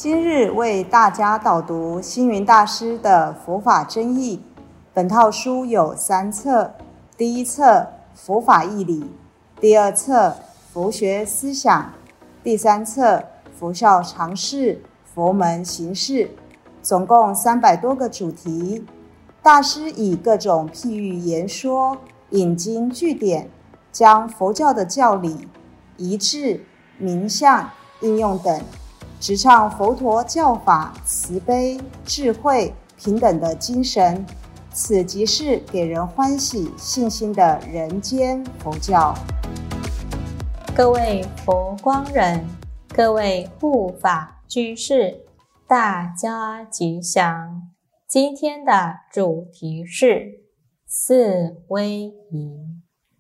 今日为大家导读星云大师的佛法真义。本套书有3册，第一册佛法义理，第二册佛学思想，第3册佛教常识、佛门行事，总共300多个主题。大师以各种譬喻言说，引经据典，将佛教的教理、仪制、名相、应用等，直唱佛陀教法慈悲、智慧、平等的精神，此即是给人欢喜信心的人间佛教。 各位佛光人，各位护法居士，大家吉祥。今天的主题是四威仪。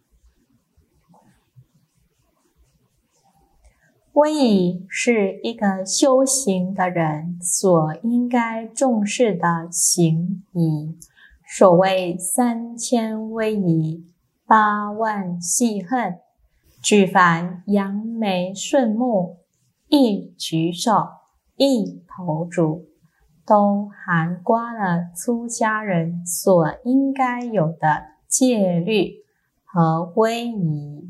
威仪是一个修行的人所应该重视的行仪。所谓3000威仪，8万细恨，举凡扬眉顺目、一举手、一投足，都涵盖了出家人所应该有的戒律和威仪。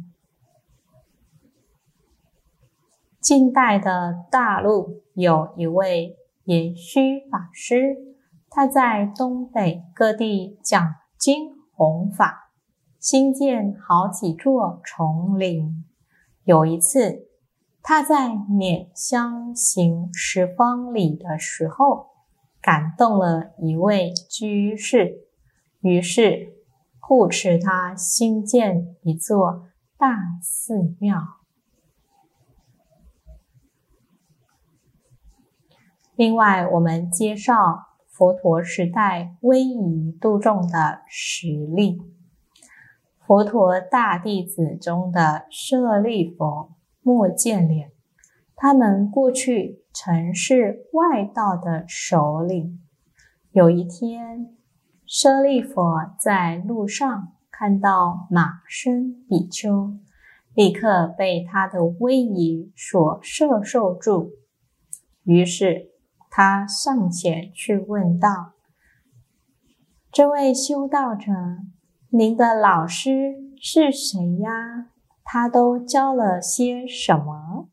近代的大陆有一位延虚法师，他在东北各地讲经弘法，兴建好几座丛林。有一次，他在拈香行10方礼的时候，感动了一位居士，于是护持他兴建一座大寺庙。另外，我们介绍佛陀时代威仪度众的实例。佛陀大弟子中的舍利弗、目犍连，他们过去曾是外道的首领。有一天，舍利弗在路上看到马身比丘，立刻被他的威仪所摄受住，于是他上前去问道：这位修道者，您的老师是谁呀？他都教了些什么？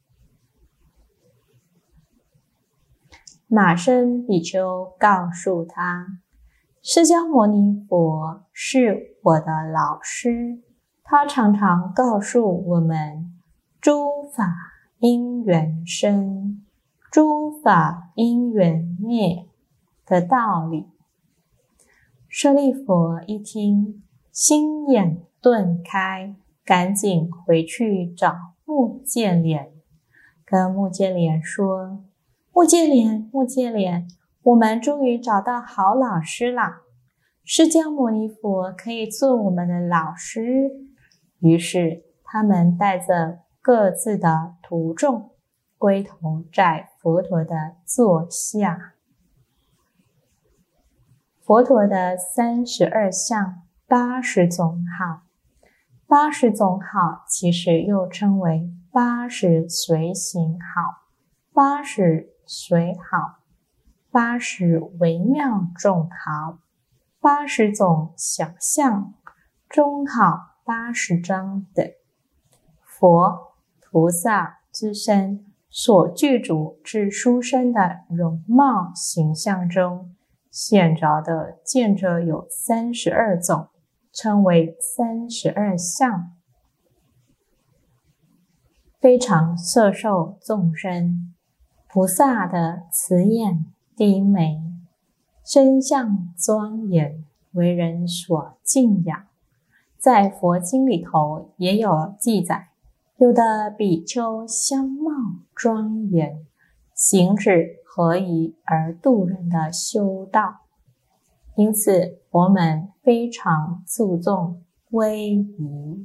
马身比丘告诉他，释迦牟尼佛是我的老师，他常常告诉我们诸法因缘生，诸法因缘灭的道理。舍利弗一听，心眼顿开，赶紧回去找目犍连，跟目犍连说：目犍连，我们终于找到好老师啦！释迦牟尼佛可以做我们的老师。于是他们带着各自的徒众，归同在佛陀的座下。佛陀的32相80种好，80种好其实又称为80随行好、80随好、80微妙众好、80种小相、中好80章等。佛、菩萨之身所具足之殊胜的容貌形象中，显着的见者有32种，称为32相，非常摄受众生。菩萨的慈眼低眉，身相庄严，为人所敬仰。在佛经里头也有记载，有的比丘相貌庄严，行止合宜而度人的修道。因此佛门非常注重威仪。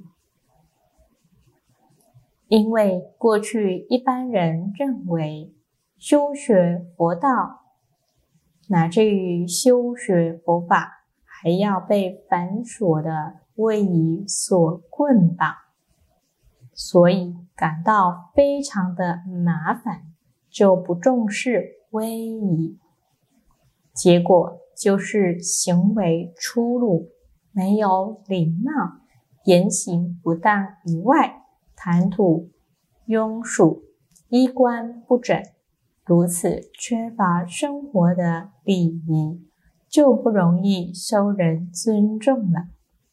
因为过去一般人认为修学佛道乃至于修学佛法还要被繁琐的威仪所捆绑，所以感到非常的麻烦， 就不重视威仪，结果就是行为粗鲁，没有礼貌，言行不当以外，谈吐庸俗，衣冠不整，如此缺乏生活的礼仪，就不容易受人尊重了。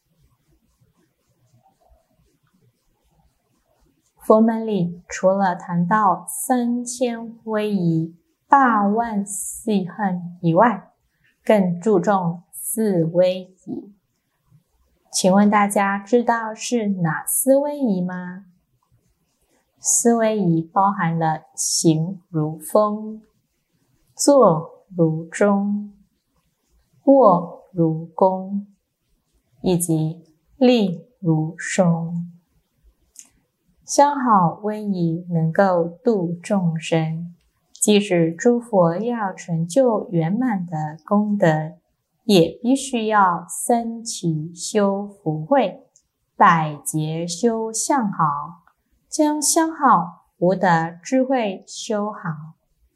佛门里除了谈到3000威仪、8万细恨以外，更注重4威仪。请问大家知道是哪4威仪吗？4威仪包含了行如风、坐如钟、卧如弓，以及立如松。相好威仪能够度众生，即使诸佛要成就圆满的功德，也必须要3期修福慧，百劫修相好，将相好福德智慧修好。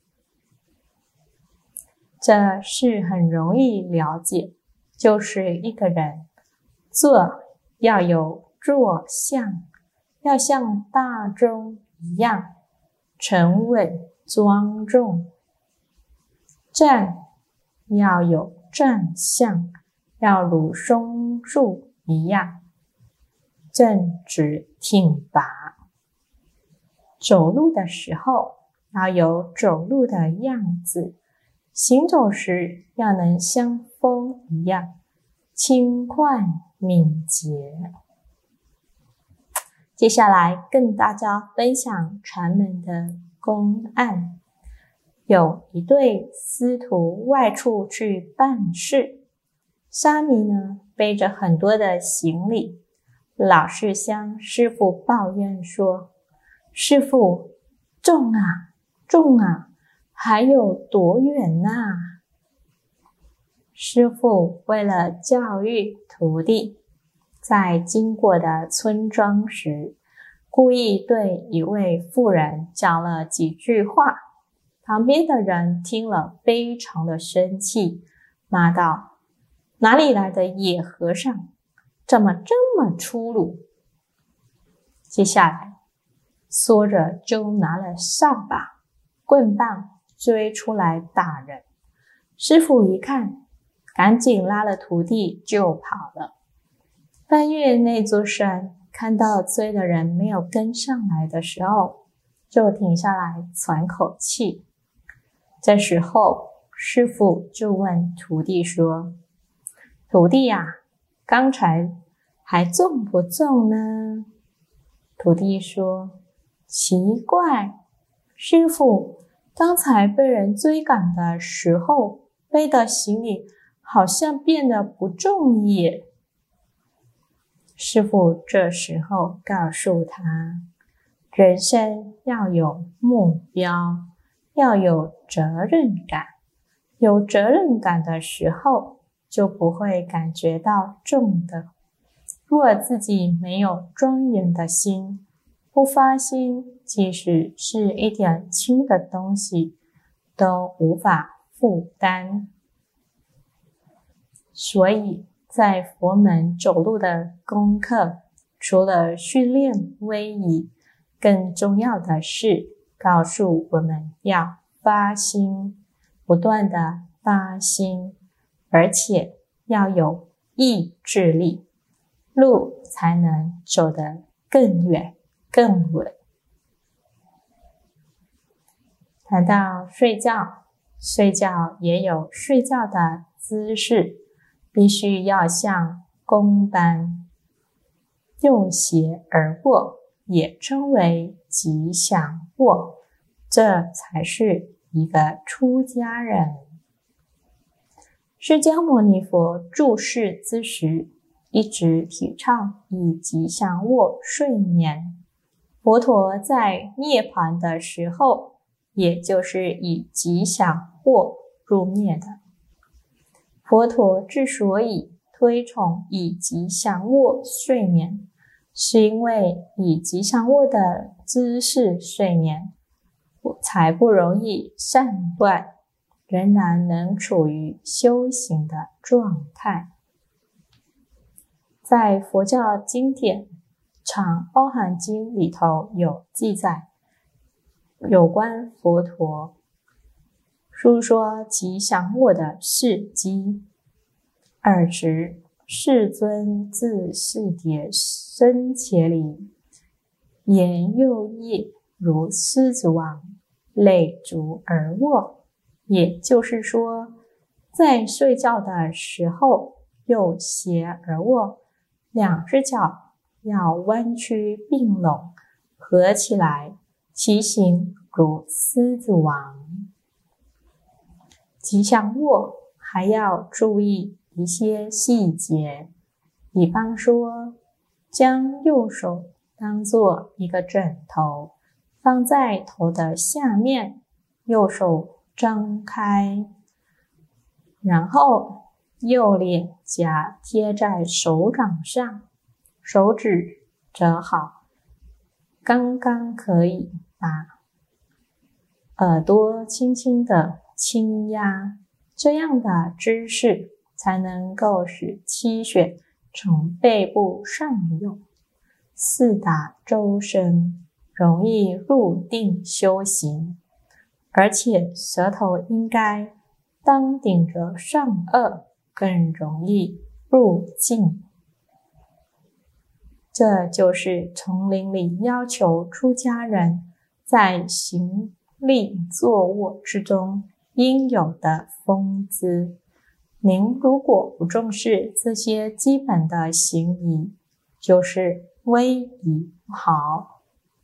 这是很容易了解，就是一个人坐要有坐相，要像大钟一样沉稳庄重，站要有站相，要如松树一样正直挺拔，走路的时候要有走路的样子，行走时要能像风一样轻快敏捷。接下来跟大家分享禅门的公案。有一对师徒外出去办事，沙弥呢背着很多的行李，老是向师父抱怨说：师父，重啊，重啊，还有多远啊？师父为了教育徒弟，在经过的村庄时，故意对一位妇人讲了几句话，旁边的人听了非常的生气，骂道：哪里来的野和尚，怎么这么粗鲁？接下来说着就拿了扫把、棍棒追出来打人。师父一看，赶紧拉了徒弟就跑了。翻越那座山，看到追的人没有跟上来的时候，就停下来喘口气。这时候师父就问徒弟说：徒弟呀，刚才还重不重呢？徒弟说：奇怪，师父，刚才被人追赶的时候，背的行李好像变得不重耶。师父这时候告诉他，人生要有目标，要有责任感，有责任感的时候就不会感觉到重的。若自己没有庄严的心，不发心，即使是一点轻的东西都无法负担。所以在佛门走路的功课，除了训练威仪，更重要的是告诉我们要发心，不断的发心，而且要有意志力，路才能走得更远更稳。谈到睡觉，睡觉也有睡觉的姿势，必须要像弓般右斜而卧，也称为吉祥卧，这才是一个出家人。释迦牟尼佛住世之时，一直提倡以吉祥卧睡眠。佛陀在涅槃的时候，也就是以吉祥卧入灭的。佛陀之所以推崇以吉祥卧睡眠，是因为以吉祥卧的姿势睡眠， 才不容易散乱，仍然能处于修行的状态。在佛教经典《长阿含经》里头有记载，有关佛陀述说其降我的事迹。尔时，世尊自四叠僧伽里，言右腋如狮子王，累足而卧。也就是说，在睡觉的时候右斜而卧，两只脚要弯曲并拢，合起来，其形如狮子王。吉祥卧还要注意一些细节，比方说，将右手当作一个枕头，放在头的下面，右手张开，然后右脸颊贴在手掌上，手指折好，刚刚可以把耳朵轻轻的轻压，这样的姿势才能够使气血从背部上涌，四达周身，容易入定修行。而且舌头应该当顶着上颚，更容易入境。这就是丛林里要求出家人在行立坐卧之中应有的风姿。您如果不重视这些基本的行仪，就是威仪不好。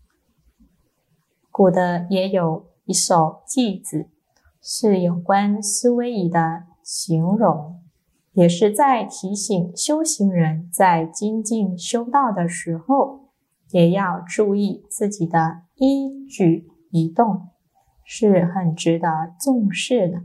古德也有一首偈子，是有关思威仪的形容，也是在提醒修行人在精进修道的时候，也要注意自己的一举一动，是很值得重视的。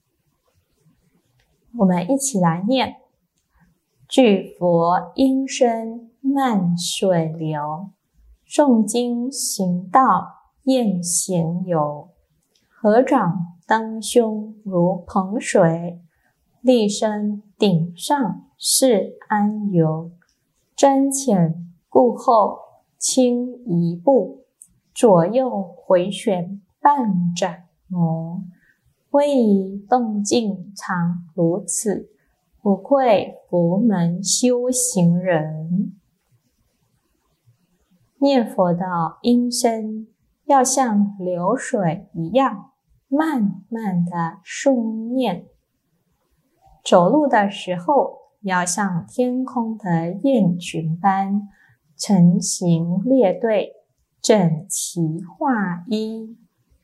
我们一起来念：具佛音声漫水流，诵经行道宴闲游。合掌当胸如捧水，立身顶上是安游。瞻前顾后轻一步，左右回旋半展眸。威仪动静常如此，不愧佛门修行人。念佛的音声要像流水一样慢慢的诵念，走路的时候要像天空的雁群般成行列队，整齐划一。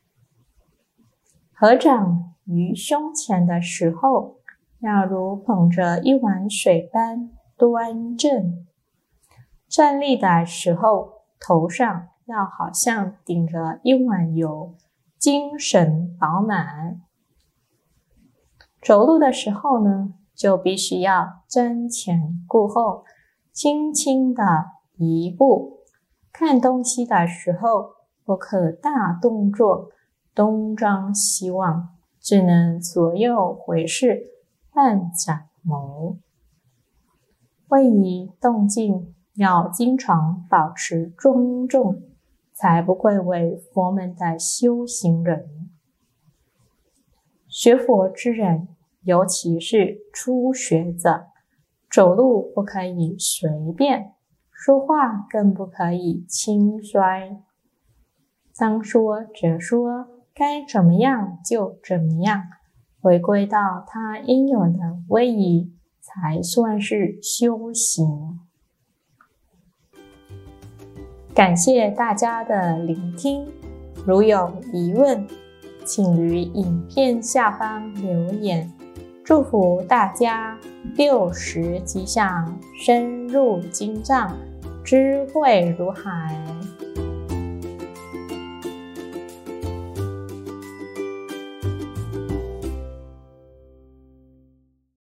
合掌于胸前的时候，要如捧着一碗水般端正。站立的时候，头上要好像顶着一碗油，精神饱满。走路的时候呢，就必须要瞻前顾后，轻轻的一步。看东西的时候，不可大动作，东张西望，只能左右回视，半展眸。位移动静要经常保持庄重，才不愧为佛门的修行人。学佛之人，尤其是初学者，走路不可以随便，说话更不可以轻率。当说则说，该怎么样就怎么样，回归到他应有的威仪，才算是修行。感谢大家的聆听，如有疑问，请于影片下方留言。祝福大家60吉祥，深入经藏，智慧如海。